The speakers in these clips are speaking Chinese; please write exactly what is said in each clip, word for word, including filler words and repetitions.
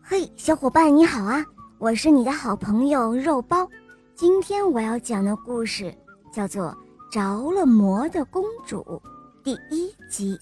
嘿，小伙伴你好啊，我是你的好朋友肉包。今天我要讲的故事叫做《着了魔的公主》第一集。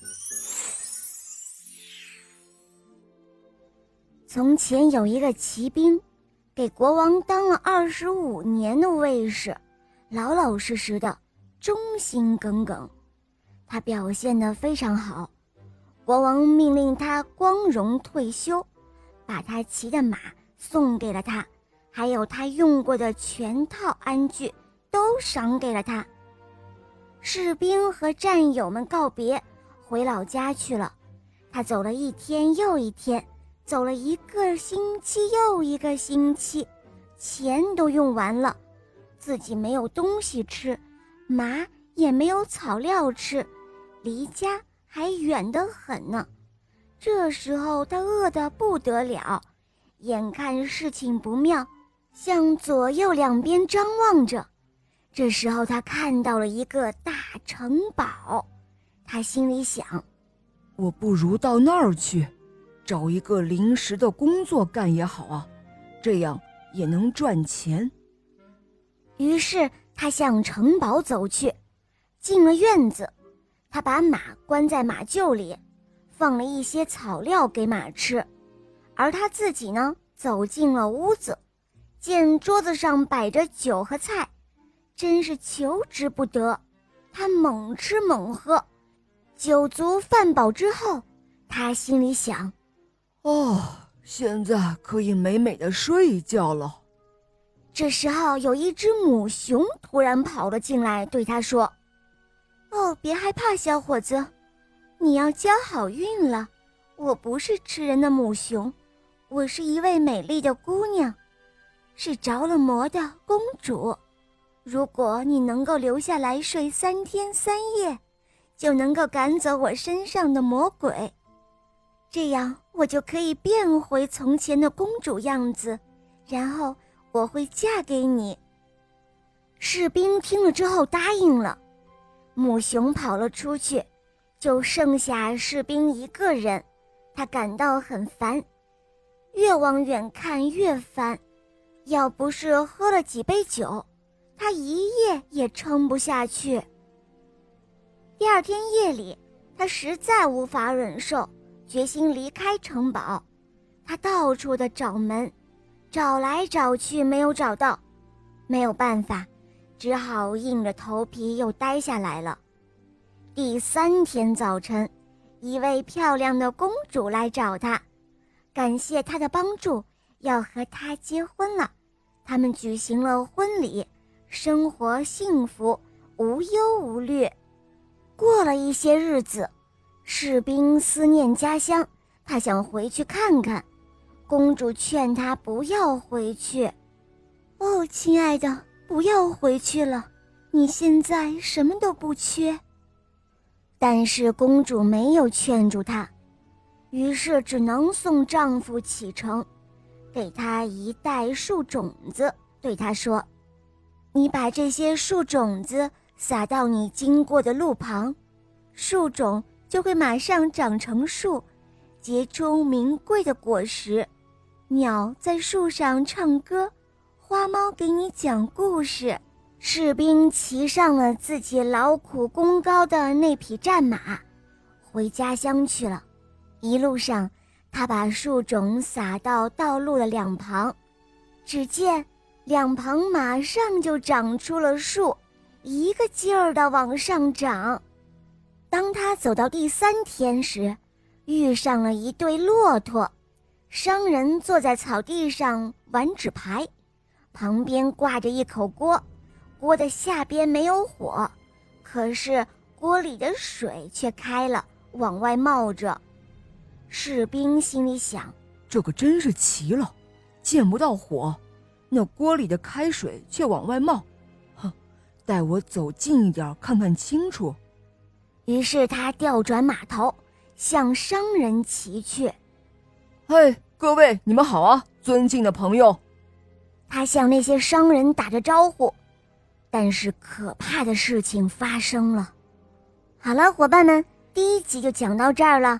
从前有一个骑兵，给国王当了二十五年的卫士，老老实实的，忠心耿耿。他表现得非常好，国王命令他光荣退休，把他骑的马送给了他，还有他用过的全套鞍具都赏给了他。士兵和战友们告别，回老家去了。他走了一天又一天，走了一个星期又一个星期，钱都用完了，自己没有东西吃，马也没有草料吃，离家还远得很呢。这时候他饿得不得了，眼看事情不妙，向左右两边张望着。这时候他看到了一个大城堡，他心里想， 我不如到那儿去，找一个临时的工作干也好啊，这样也能赚钱。 于是他向城堡走去，进了院子，他把马关在马厩里，放了一些草料给马吃，而他自己呢，走进了屋子，见桌子上摆着酒和菜，真是求之不得。他猛吃猛喝，酒足饭饱之后，他心里想， 哦，现在可以美美的睡一觉了。 这时候有一只母熊突然跑了进来，对他说，哦，别害怕，小伙子，你要交好运了，我不是吃人的母熊，我是一位美丽的姑娘，是着了魔的公主。如果你能够留下来睡三天三夜，就能够赶走我身上的魔鬼，这样我就可以变回从前的公主样子，然后我会嫁给你。士兵听了之后答应了，母熊跑了出去，就剩下士兵一个人，他感到很烦，越往远看越烦，要不是喝了几杯酒，他一夜也撑不下去。第二天夜里，他实在无法忍受，决心离开城堡。他到处的找门，找来找去没有找到，没有办法，只好硬着头皮又待下来了。第三天早晨，一位漂亮的公主来找他，感谢他的帮助，要和他结婚了。他们举行了婚礼，生活幸福，无忧无虑。过了一些日子，士兵思念家乡，他想回去看看。公主劝他不要回去。哦，亲爱的，不要回去了，你现在什么都不缺。但是公主没有劝住他，于是只能送丈夫启程，给他一袋树种子，对他说，你把这些树种子撒到你经过的路旁，树种就会马上长成树，结出名贵的果实，鸟在树上唱歌，花猫给你讲故事。士兵骑上了自己劳苦功高的那匹战马，回家乡去了。一路上，他把树种撒到道路的两旁，只见两旁马上就长出了树，一个劲儿地往上长。当他走到第三天时，遇上了一对骆驼，商人坐在草地上玩纸牌，旁边挂着一口锅，锅的下边没有火，可是锅里的水却开了，往外冒着。士兵心里想， 这可真是奇了，见不到火，那锅里的开水却往外冒，哼，带我走近一点看看清楚。 于是他调转马头，向商人骑去。 嘿，各位你们好啊，尊敬的朋友。 他向那些商人打着招呼，但是可怕的事情发生了。好了，伙伴们，第一集就讲到这儿了。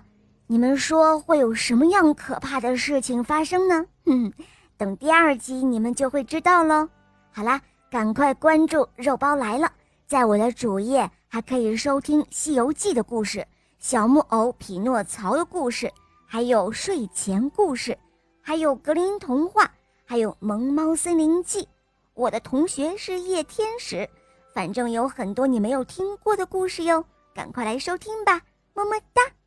你们说会有什么样可怕的事情发生呢？哼，等第二集你们就会知道喽。好啦，赶快关注肉包来了，在我的主页还可以收听《西游记》的故事，小木偶匹诺曹的故事，还有睡前故事，还有格林童话，还有萌猫森林记。我的同学是夜天使，反正有很多你没有听过的故事哟，赶快来收听吧，么么哒。